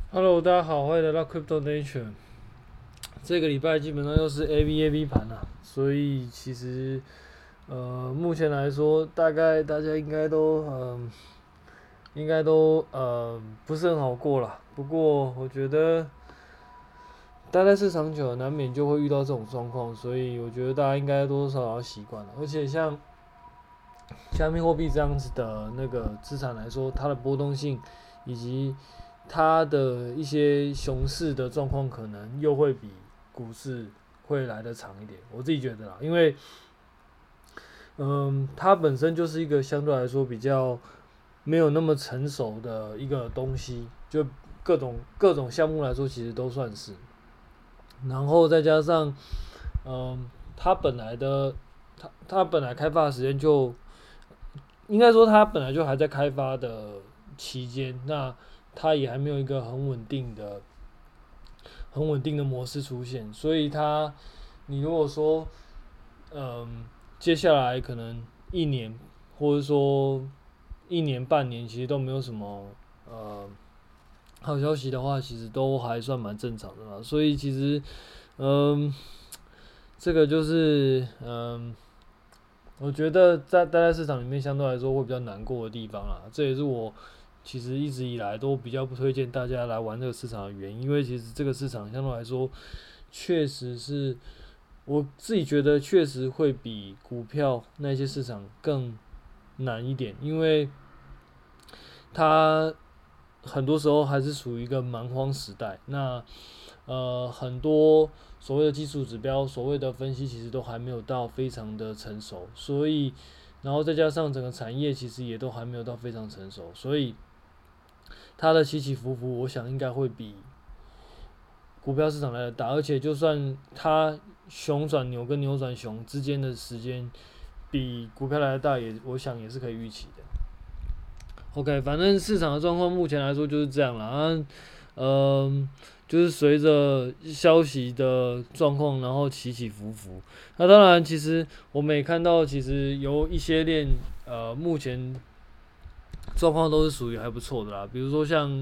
Hello，大家好，欢迎来到 Crypto Nature。这个礼拜基本上又是 AV 盘啦，所以其实目前来说，大概大家应该都不是很好过啦。不过我觉得待在市场久了，难免就会遇到这种状况，所以我觉得大家应该多多少少要习惯了。而且像加密货币这样子的那个资产来说，它的波动性以及它的一些熊市的状况，可能又会比股市会来得长一点。我自己觉得啦，因为它本身就是一个相对来说比较没有那么成熟的一个东西，就各种项目来说，其实都算是。然后再加上，它本来的它本来开发的时间就应该说它本来就还在开发的期间，那它也还没有一个很稳定的模式出现，所以你如果说，接下来可能一年或者说一年半年，其实都没有什么好消息的话，其实都还算蛮正常的啦。所以其实，嗯，这个就是我觉得待在市场里面相对来说会比较难过的地方啦。这也是我其实一直以来都比较不推荐大家来玩这个市场的原因，因为其实这个市场相对来说确实是我自己觉得确实会比股票那些市场更难一点，因为它很多时候还是属于一个蛮荒时代。那很多所谓的技术指标、所谓的分析，其实都还没有到非常的成熟，所以然后再加上整个产业其实也都还没有到非常成熟，所以它的起起伏伏，我想应该会比股票市场来的大，而且就算它熊转牛跟牛转熊之间的时间比股票来的大，我想也是可以预期的。OK，反正市场的状况目前来说就是这样啦。就是随着消息的状况，然后起起伏伏。那当然，其实我们也看到，其实有一些链，目前状况都是属于还不错的啦。比如说像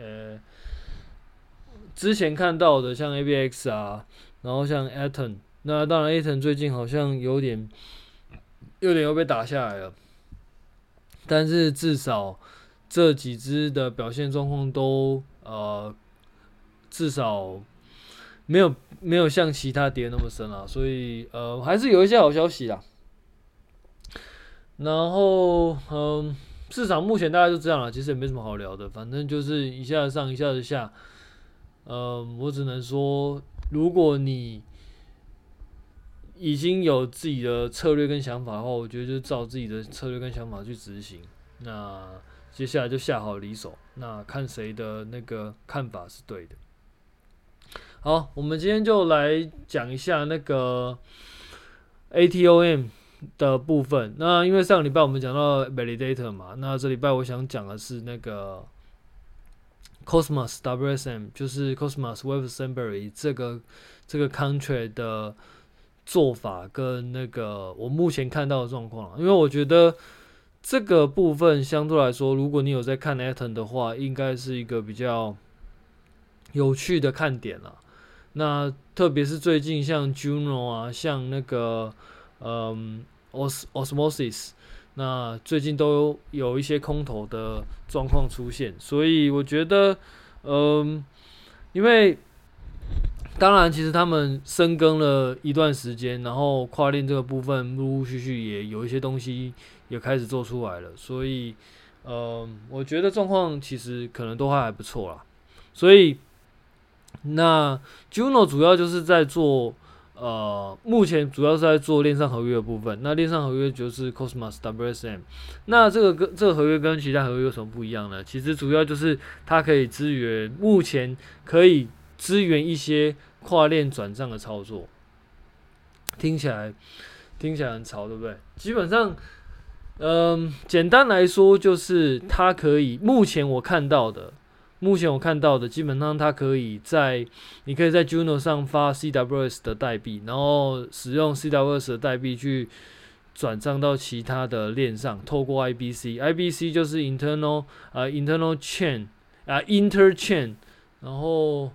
之前看到的，像 ABX 啊，然后像 Atom，那当然 Atom 最近好像有点又被打下来了，但是至少这几只的表现状况都至少没有像其他跌那么深啦，所以还是有一些好消息啦。然后市场目前大概就这样了，其实也没什么好聊的，反正就是一下子上一下子下。我只能说，如果你已经有自己的策略跟想法的话，我觉得就照自己的策略跟想法去执行。那接下来就下好离手，那看谁的那个看法是对的。好，我们今天就来讲一下那个 ATOM 的部分。那因为上个礼拜我们讲到 Validator 嘛，那这礼拜我想讲的是那个 Cosmos WSM， 就是 Cosmos WebAssembly 这个 contract 的做法跟那个我目前看到的状况。因为我觉得这个部分相对来说，如果你有在看 Atom 的话，应该是一个比较有趣的看点啦。那特别是最近像 Juno 啊，像那个Osmosis，那最近都有一些空头的状况出现，所以我觉得，因为当然其实他们深耕了一段时间，然后跨链这个部分陆陆续续也有一些东西也开始做出来了，所以我觉得状况其实可能都还不错啦，所以。那 Juno 主要就是在做，目前主要是在做链上合约的部分。那链上合约就是 Cosmos WSM。那这个合约跟其他合约有什么不一样呢？其实主要就是它可以支援，目前可以支援一些跨链转账的操作。听起来很潮，对不对？基本上，简单来说就是它可以，目前我看到的，基本上它可以你可以在 Juno 上发 CWS 的代币，然后使用 CWS 的代币去转账到其他的链上，透过 IBC 就是 internal chain Interchain 然后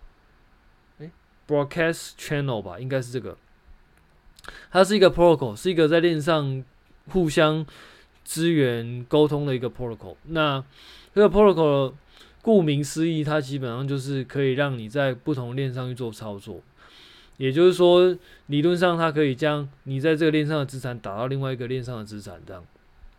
broadcast channel 吧，应该是这个。它是一个 protocol， 是一个在链上互相支援沟通的一个 protocol。那这个 protocol 顾名思义，它基本上就是可以让你在不同链上去做操作。也就是说，理论上它可以将你在这个链上的资产打到另外一个链上的资产，这样。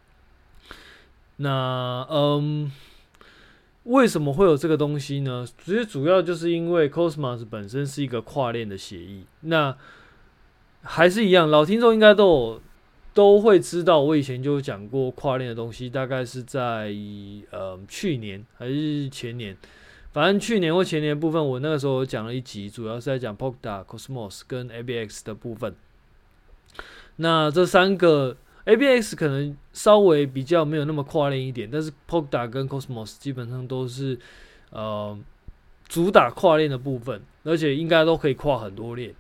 那为什么会有这个东西呢？其实主要就是因为 Cosmos 本身是一个跨链的协议。那还是一样，老听众应该都会知道，我以前就讲过跨链的东西，大概是在去年还是前年，反正去年或前年的部分，我那个时候讲了一集，主要是在讲 Polkadot、Cosmos 跟 ABX 的部分。那这三个 ABX 可能稍微比较没有那么跨链一点，但是 Polkadot 跟 Cosmos 基本上都是主打跨链的部分，而且应该都可以跨很多链。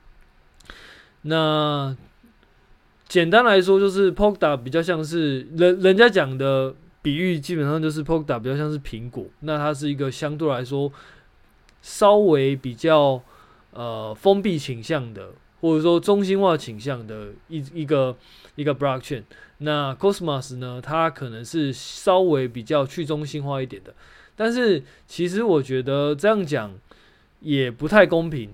那简单来说，就是 Polkadot 比较像是人家讲的比喻，基本上就是 Polkadot 比较像是苹果，那它是一个相对来说稍微比较封闭倾向的，或者说中心化倾向的一个 blockchain。那 Cosmos 呢，它可能是稍微比较去中心化一点的，但是其实我觉得这样讲也不太公平。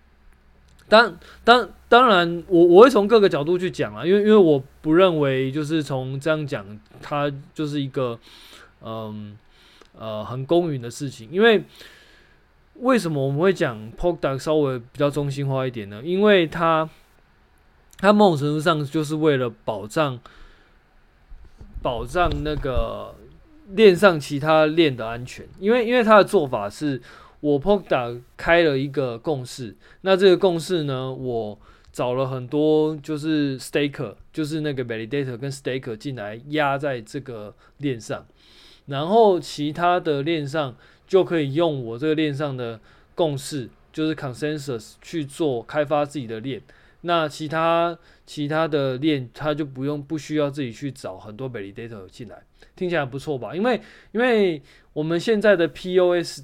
当然，我会从各个角度去讲啦，因为我不认为就是从这样讲，它就是一个很公允的事情。因为为什么我们会讲 Polkadot 稍微比较中心化一点呢？因为它某种程度上就是为了保障那个链上其他链的安全，因为它的做法是，我 Polkadot 开了一个共识，那这个共识呢，我找了很多就是 staker， 就是那个 validator 跟 staker 进来压在这个链上，然后其他的链上就可以用我这个链上的共识，就是 consensus 去做开发自己的链。那其他的链，它就不需要自己去找很多 validator 进来，听起来不错吧？因为我们现在的 POS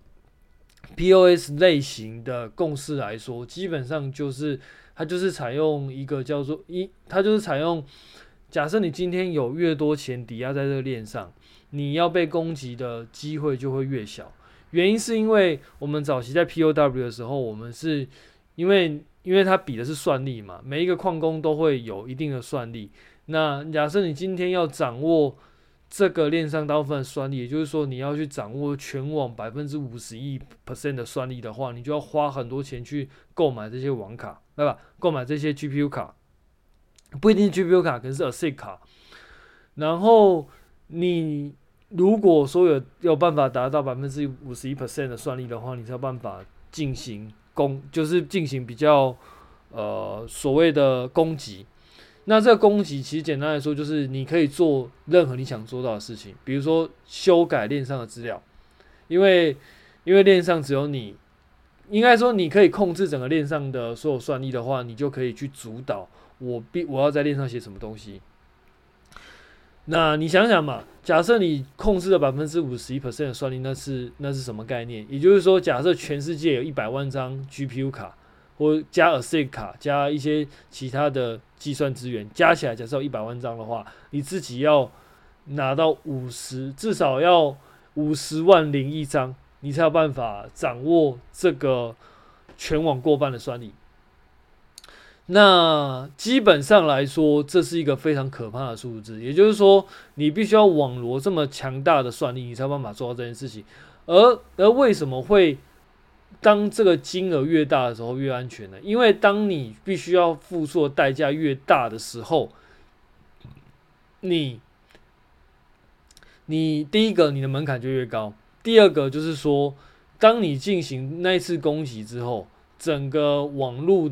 类型的共识来说，基本上就是它就是采用一个叫做它就是采用，假设你今天有越多钱抵押在这个链上，你要被攻击的机会就会越小。原因是因为我们早期在 POW 的时候，我们是因为它比的是算力嘛，每一个矿工都会有一定的算力。那假设你今天要掌握这个链上大部分的算力，也就是说你要去掌握全网51% 的算力的话，你就要花很多钱去购买这些网卡，对吧？购买这些 GPU 卡，不一定是 GPU 卡，可能是 ASIC 卡。然后你如果说有办法达到51% 的算力的话，你才有办法进行就是进行比较所谓的攻击。那这个攻击其实简单来说，就是你可以做任何你想做到的事情，比如说修改链上的资料，因为链上只有你，应该说你可以控制整个链上的所有算力的话，你就可以去主导我要在链上写什么东西。那你想想嘛，假设你控制了51% 的算力，那是什么概念？也就是说，假设全世界有100万张 GPU 卡，或加 ASIC 卡，加一些其他的计算资源，加起来假设有100万张的话，你自己要拿到至少要50.01万张，你才有办法掌握这个全网过半的算力。那基本上来说，这是一个非常可怕的数字，也就是说，你必须要网罗这么强大的算力，你才有办法做到这件事情。而为什么会当这个金额越大的时候越安全呢？因为当你必须要付出的代价越大的时候，你第一个你的门槛就越高，第二个就是说，当你进行那一次攻击之后，整个网络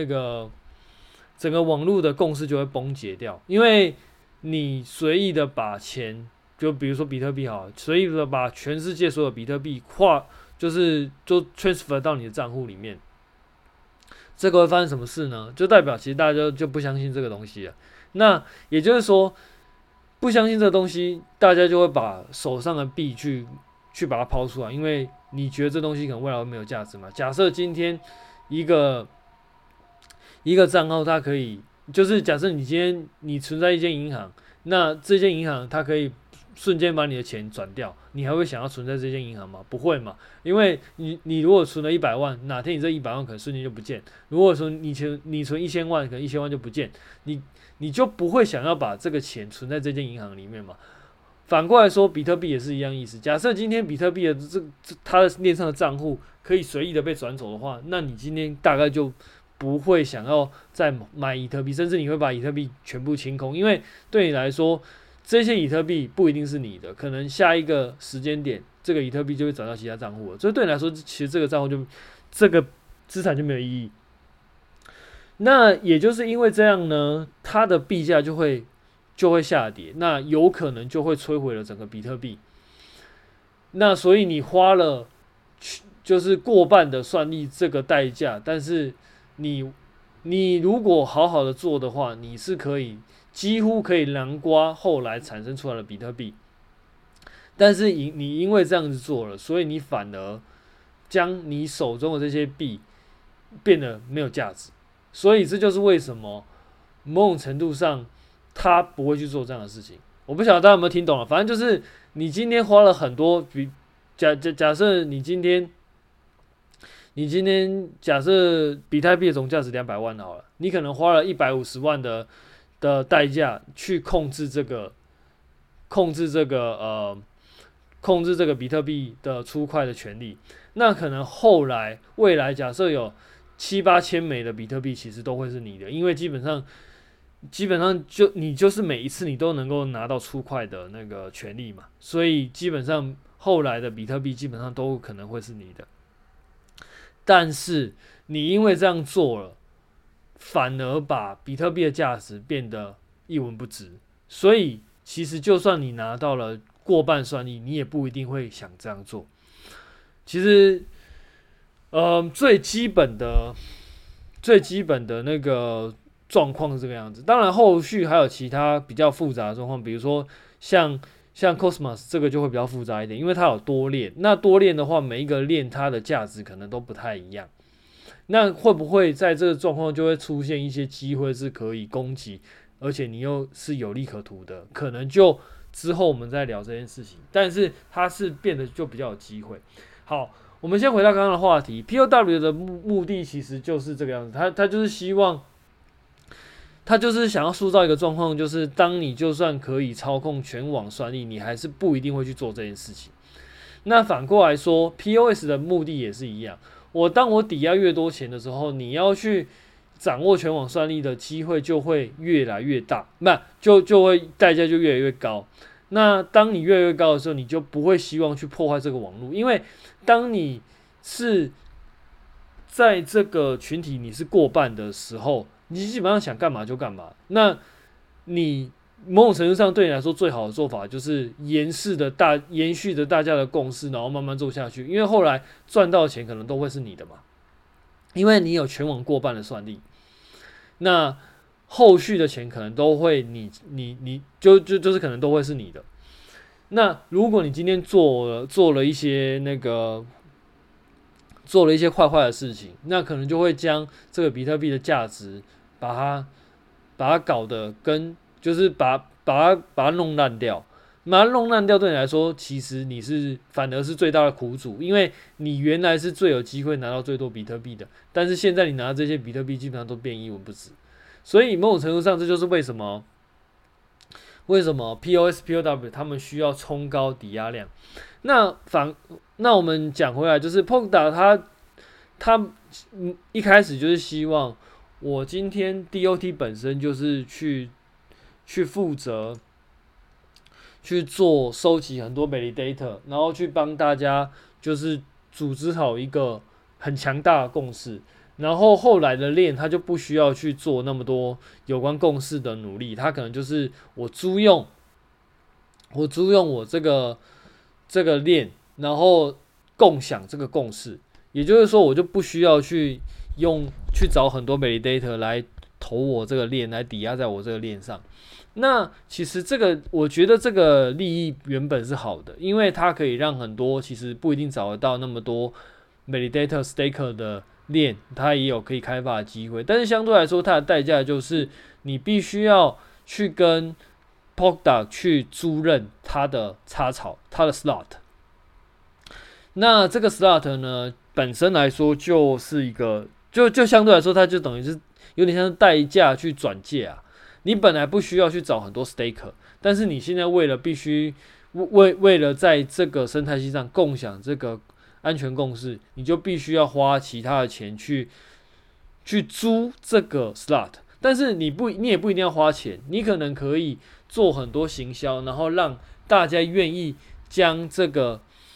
的共识就会崩解掉，因为你随意的把钱，就比如说比特币好了，随意的把全世界所有比特币就 transfer 到你的账户里面，这个会发生什么事呢？就代表其实大家就不相信这个东西了。那也就是说，不相信这个东西，大家就会把手上的币去把它抛出来，因为你觉得这东西可能未来会没有价值吗？假设今天一个账号它可以，就是假设你今天你存在一间银行，那这间银行它可以瞬间把你的钱转掉，你还会想要存在这间银行吗？不会嘛，因为你如果存了100万，哪天你这100万可能瞬间就不见。如果说你存1000万，可能1000万就不见，你就不会想要把这个钱存在这间银行里面嘛。反过来说，比特币也是一样意思。假设今天比特币的它的链上的账户可以随意的被转走的话，那你今天大概就不会想要再买比特币，甚至你会把比特币全部清空，因为对你来说，这些比特币不一定是你的，可能下一个时间点，这个比特币就会转到其他账户了。所以对你来说，其实这个账户这个资产就没有意义。那也就是因为这样呢，它的币价就会下跌，那有可能就会摧毁了整个比特币。那所以你花了就是过半的算力这个代价，但是你如果好好的做的话，你是几乎可以囊括后来产生出来的比特币。但是你因为这样子做了，所以你反而将你手中的这些币变得没有价值。所以这就是为什么某种程度上他不会去做这样的事情。我不晓得大家有没有听懂了，反正就是你今天花了很多，假设你今天假设比特币的总价值200万好了，你可能花了150万的代价去控制这个比特币的出块的权利。那可能未来假设有7-8千枚的比特币，其实都会是你的，因为基本上你就是每一次你都能够拿到出块的那个权利嘛，所以基本上后来的比特币基本上都可能会是你的。但是你因为这样做了，反而把比特币的价值变得一文不值。所以其实就算你拿到了过半算力，你也不一定会想这样做。其实，最基本的那个状况是这个样子。当然，后续还有其他比较复杂的状况，比如说像 Cosmos 这个就会比较复杂一点，因为它有多链。那多链的话，每一个链它的价值可能都不太一样。那会不会在这个状况就会出现一些机会是可以攻击，而且你又是有利可图的？可能就之后我们再聊这件事情。但是它是变得就比较有机会。好，我们先回到刚刚的话题 ，POW 的目的其实就是这个样子，他就是希望。他就是想要塑造一个状况，就是当你就算可以操控全网算力，你还是不一定会去做这件事情。那反过来说 ，POS 的目的也是一样。当我抵押越多钱的时候，你要去掌握全网算力的机会就会越来越大，就会代价就越来越高。那当你越来越高的时候，你就不会希望去破坏这个网络，因为当你是在这个群体你是过半的时候。你基本上想干嘛就干嘛，那你某种程度上对你来说最好的做法就是延续着大家的共识，然后慢慢做下去。因为后来赚到的钱可能都会是你的嘛，因为你有全网过半的算力，那后续的钱可能都会就是可能都会是你的。那如果你今天做了一些坏的事情，那可能就会将这个比特币的价值把它搞得就是把它弄烂掉。把它弄烂掉对你来说，其实你反而是最大的苦主，因为你原来是最有机会拿到最多比特币的，但是现在你拿到这些比特币基本上都变一文不值。所以某种程度上，这就是为什么 POS、POW 他们需要冲高抵押量。那我们讲回来，就是 Polkadot 他一开始就是希望我今天 DOT 本身就是去负责去收集很多 validator， 然后去帮大家就是组织好一个很强大的共识。然后后来的链他就不需要去做那么多有关共识的努力，他可能就是我租用我这个链，然后共享这个共识。也就是说，我就不需要去找很多 validator 来投我这个链，来抵押在我这个链上。 那其实我觉得这个利益原本是好的，因为它可以让很多其实不一定找得到那么多 validator staker 的链，它也有可以开发的机会。但是相对来说，它的代价就是你必须要去跟 Polkadot 去租赁它的插槽，它的 slot。那这个 slot 呢，本身来说就是一个，就相对来说，它就等于是有点像是代价去转借啊。你本来不需要去找很多 staker， 但是你现在为了必须为了在这个生态系上共享这个安全共识，你就必须要花其他的钱去租这个 slot。但是你也不一定要花钱，你可能可以做很多行销，然后让大家愿意将这个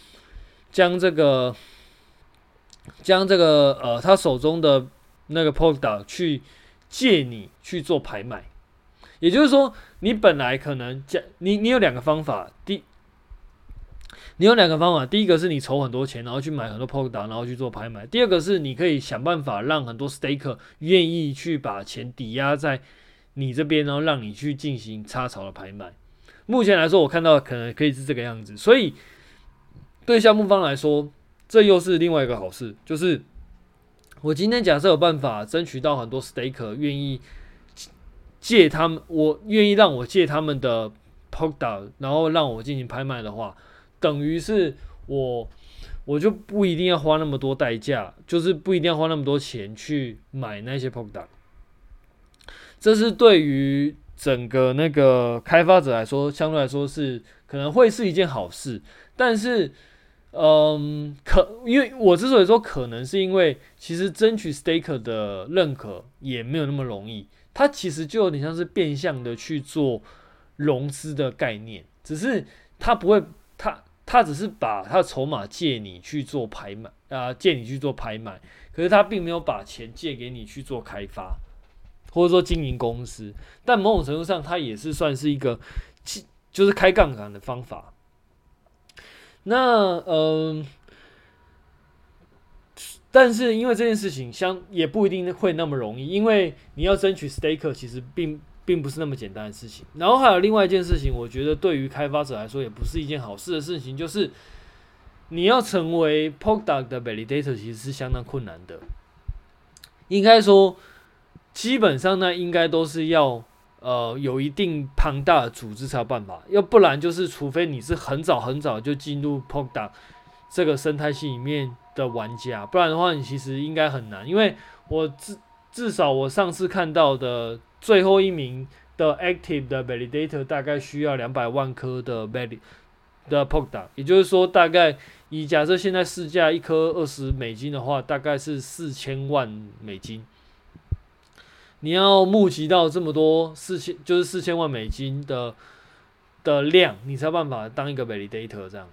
他手中的那个 Polkadot 去借你去做拍卖。也就是说，你本来可能你有两个方法，第一个是你筹很多钱，然后去买很多 Polkadot， 然后去做拍卖；第二个是你可以想办法让很多 staker 愿意去把钱抵押在你这边，然后让你去进行插槽的拍卖。目前来说，我看到可能可以是这个样子，所以对项目方来说，这又是另外一个好事，就是我今天假设有办法争取到很多 staker 愿意借他们，我愿意让我借他们的 Polkadot， 然后让我进行拍卖的话，等于是我就不一定要花那么多代价，就是不一定要花那么多钱去买那些 Polkadot。这是对于整个那个开发者来说，相对来说是可能会是一件好事，但是因为我之所以说可能，是因为其实争取 staker 的认可也没有那么容易。它其实就有点像是变相的去做融资的概念，只是它不会，它只是把它的筹码借你去做拍卖借你去做拍卖，可是它并没有把钱借给你去做开发，或者说经营公司。但某种程度上，它也是算是一个就是开杠杆的方法。那但是因为这件事情也不一定会那么容易，因为你要争取 staker 其实并不是那么简单的事情。然后还有另外一件事情，我觉得对于开发者来说也不是一件好事的事情，就是你要成为 Polkadot 的 validator 其实是相当困难的。应该说，基本上呢，应该都是要有一定庞大的组织才有办法，要不然就是除非你是很早就进入 Polkadot 这个生态系里面的玩家，不然的话你其实应该很难。因为我至少我上次看到的最后一名的 active 的 validator 大概需要200万颗的 Polkadot， 也就是说大概假设现在市价一颗$20的话，大概是4000万美金。你要募集到这么多4000万美金的量，你才有办法当一个 validator 这样。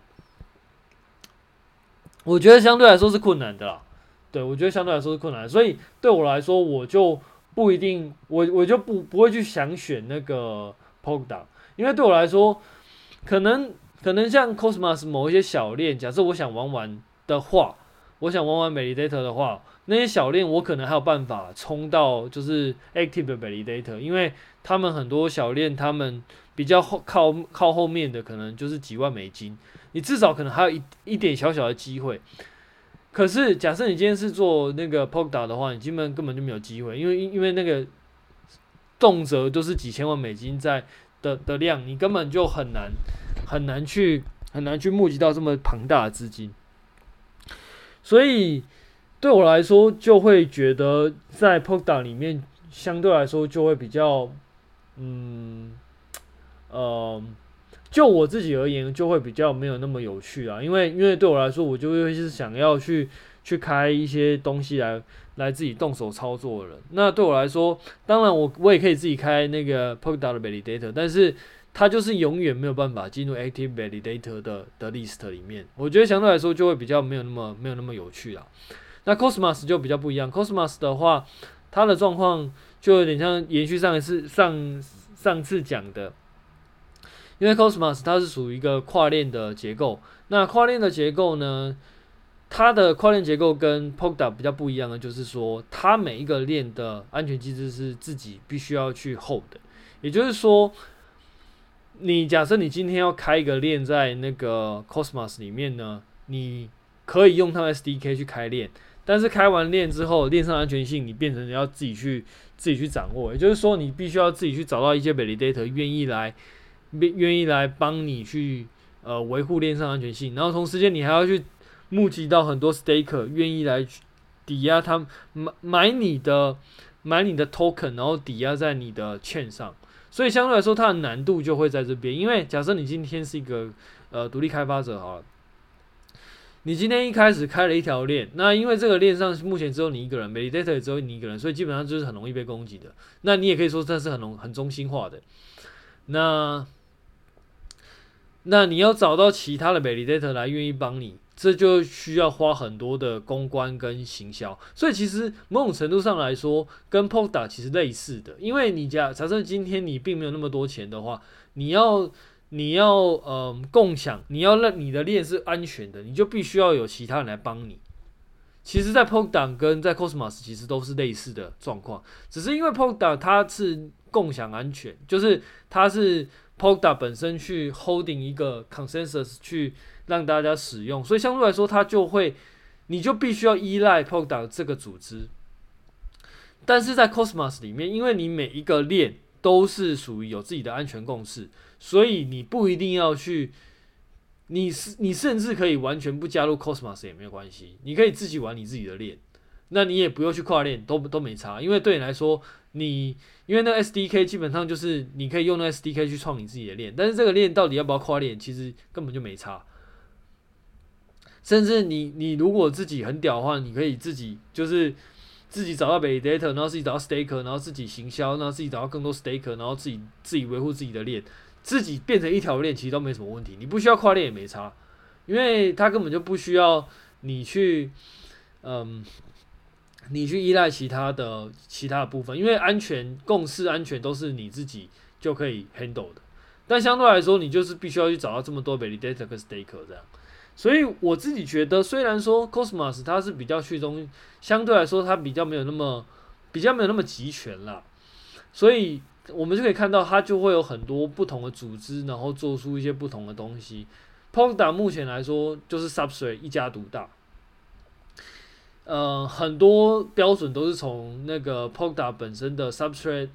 我觉得相对来说是困难的啦，对，我觉得相对来说是困难的，所以对我来说，我就不一定，我就不会去想选那个 Polkadot， 因为对我来说，可能像 Cosmos 某一些小链，假设我想玩的话，我想玩 validator 的话，那些小链我可能还有办法冲到就是 active 的 validator， 因为他们很多小链他们比较靠后面的可能就是几万美金。你至少可能还有一点小小的机会，可是假设你今天是做那个 Polkadot 的话，你根本就没有机会，因为那个动辄都是几千万美金的量，你根本就很难去募集到这么庞大的资金，所以对我来说就会觉得在 Polkadot 里面相对来说就会比较就我自己而言，就会比较没有那么有趣啊，因为对我来说，我就会是想要去开一些东西来自己动手操作的人。那对我来说，当然我也可以自己开那个 Polkadot 的 validator， 但是它就是永远没有办法进入 active validator 的 list 里面。我觉得相对来说就会比较没有那么有趣啦。那 Cosmos 就比较不一样 ，Cosmos 的话，它的状况就有点像延续上次讲的。因为 Cosmos 它是属于一个跨链的结构，那跨链的结构呢，它的跨链结构跟 Polkadot 比较不一样的，就是说它每一个链的安全机制是自己必须要去 hold 的，也就是说， 你假设你今天要开一个链在那个 Cosmos 里面呢，你可以用它的 SDK 去开链，但是开完链之后，链上的安全性你变成要自己去掌握，也就是说你必须要自己去找到一些 validator 愿意来帮你去维护链上的安全性，然后同时间你还要去募集到很多 staker 愿意来抵押他买你的 token， 然后抵押在你的 chain 上。所以相对来说，它的难度就会在这边。因为假设你今天是一个独立开发者好了，你今天一开始开了一条链，那因为这个链上目前只有你一个人 ，validator 也只有你一个人，所以基本上就是很容易被攻击的。那你也可以说这是很中心化的。那你要找到其他的 validator 来愿意帮你，这就需要花很多的公关跟行销。所以其实某种程度上来说，跟 Polkadot 其实类似的。因为你假设今天你并没有那么多钱的话，你要共享，你要让你的链是安全的，你就必须要有其他人来帮你。其实，在 Polkadot 跟在 Cosmos 其实都是类似的状况，只是因为 Polkadot 它是共享安全，就是它是 Polkadot 本身去 holding 一个 consensus 去让大家使用，所以相对来说，你就必须要依赖 Polkadot 这个组织。但是在 Cosmos 里面，因为你每一个链都是属于有自己的安全共识，所以你不一定要去。你甚至可以完全不加入 Cosmos 也没有关系，你可以自己玩你自己的链，那你也不用去跨链，都没差，因为对你来说，因为那个 SDK 基本上就是你可以用那个 SDK 去创你自己的链，但是这个链到底要不要跨链，其实根本就没差。甚至你如果自己很屌的话，你可以自己找到 validator， 然后自己找到 staker， 然后自己行销，然后自己找到更多 staker， 然后自己维护自己的链。自己变成一条链其实都没什么问题，你不需要跨链也没差，因为它根本就不需要你去依赖其他的部分，因为共识安全都是你自己就可以 handle 的。但相对来说，你就是必须要去找到这么多 validator 跟 staker 这样。所以我自己觉得，虽然说 Cosmos 它是比较相对来说它比较没有那么集权啦，所以我们就可以看到，它就会有很多不同的组织，然后做出一些不同的东西。Polkadot 目前来说就是 Substrate 一家独大，很多标准都是从那个 Polkadot 本身的 Substrate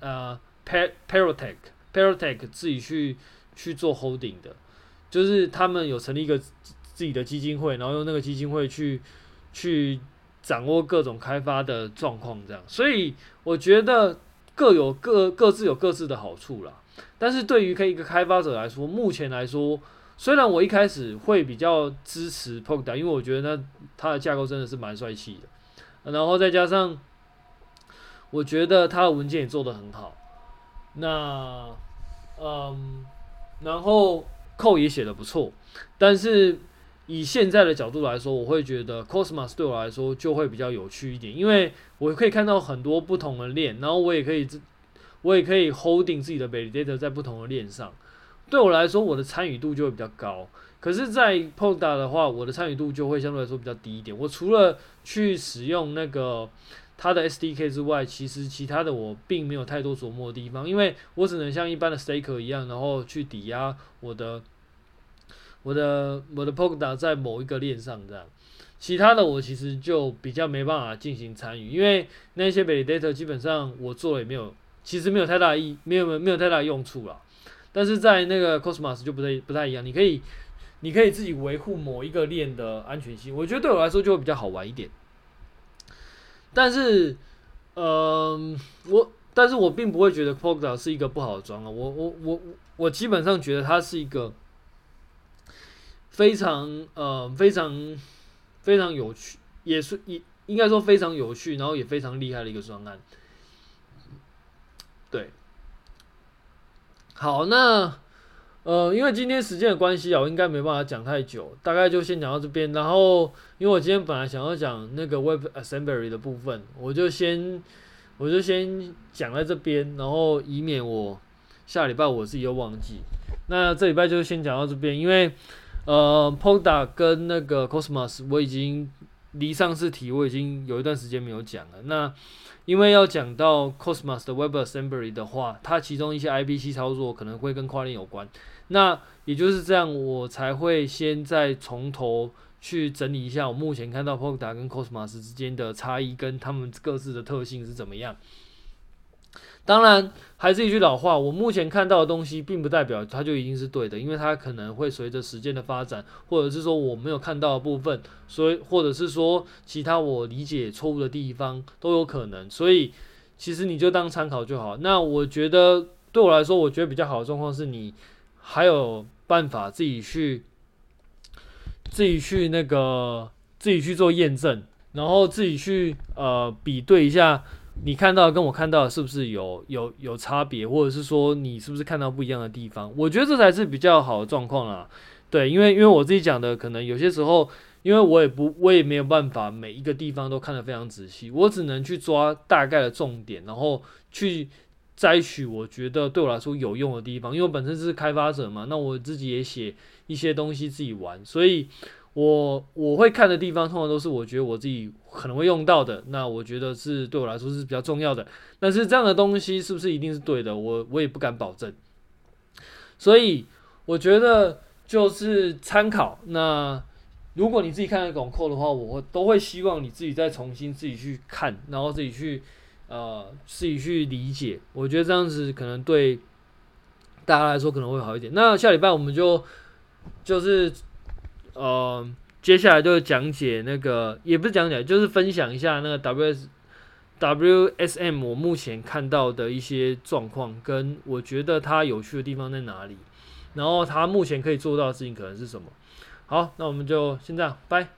Parotech 自己去做 holding 的，就是他们有成立一个自己的基金会，然后用那个基金会去掌握各种开发的状况，这样。所以我觉得各自有各自的好处啦。但是对于一个开发者来说，目前来说，虽然我一开始会比较支持 Polkadot， 因为我觉得它的架构真的是蛮帅气的，然后再加上我觉得它的文件也做得很好，然后code也写得不错，但是以现在的角度来说，我会觉得 Cosmos 对我来说就会比较有趣一点，因为我可以看到很多不同的链，然后我也可以 holding 自己的 validator 在不同的链上。对我来说，我的参与度就会比较高。可是，在 Polkadot 的话，我的参与度就会相对来说比较低一点。我除了去使用那个它的 SDK 之外，其实其他的我并没有太多琢磨的地方，因为我只能像一般的 staker 一样，然后去抵押我的 Polkadot 在某一个链上这样。其他的我其实就比较没办法进行参与，因为那些 validator 基本上我做了也没有，其实没有太大的用处啦。但是在那个 Cosmos 就不太一样，你可以自己维护某一个链的安全性，我觉得对我来说就会比较好玩一点。但是，我并不会觉得 Polkadot 是一个不好的庄啊，我基本上觉得它是一个非常有趣，应该说非常有趣，然后也非常厉害的一个专案。对。好，那因为今天时间的关系啊，我应该没办法讲太久，大概就先讲到这边。然后，因为我今天本来想要讲那个 Web Assembly 的部分，我就先讲在这边，然后以免我下礼拜我自己又忘记。那这礼拜就先讲到这边，因为Polkadot 跟那个 Cosmos 我已经离上次题我已经有一段时间没有讲了。那因为要讲到 Cosmos 的 WebAssembly 的话，它其中一些 IPC 操作可能会跟跨链有关。那也就是这样，我才会先再从头去整理一下我目前看到 Polkadot 跟 Cosmos 之间的差异跟他们各自的特性是怎么样。当然，还是一句老话，我目前看到的东西，并不代表它就一定是对的，因为它可能会随着时间的发展，或者是说我没有看到的部分，所以或者是说其他我理解错误的地方都有可能，所以其实你就当参考就好。那我觉得对我来说，我觉得比较好的状况是你还有办法自己去自己去做验证，然后自己去比对一下。你看到的跟我看到的是不是有差别，或者是说你是不是看到不一样的地方？我觉得这才是比较好的状况啦。对，因为我自己讲的，可能有些时候，因为我也没有办法每一个地方都看得非常仔细，我只能去抓大概的重点，然后去摘取我觉得对我来说有用的地方。因为我本身是开发者嘛，那我自己也写一些东西自己玩，所以我会看的地方，通常都是我觉得我自己可能会用到的，那我觉得是对我来说是比较重要的。但是这样的东西是不是一定是对的，我也不敢保证。所以我觉得就是参考。那如果你自己看得懂code的话，我都会希望你自己再重新自己去看，然后自己去理解。我觉得这样子可能对大家来说可能会好一点。那下礼拜我们就是接下来就讲解那个，也不是讲解，就是分享一下那个 WSM 我目前看到的一些状况，跟我觉得它有趣的地方在哪里，然后它目前可以做到的事情可能是什么。好，那我们就先这样，拜。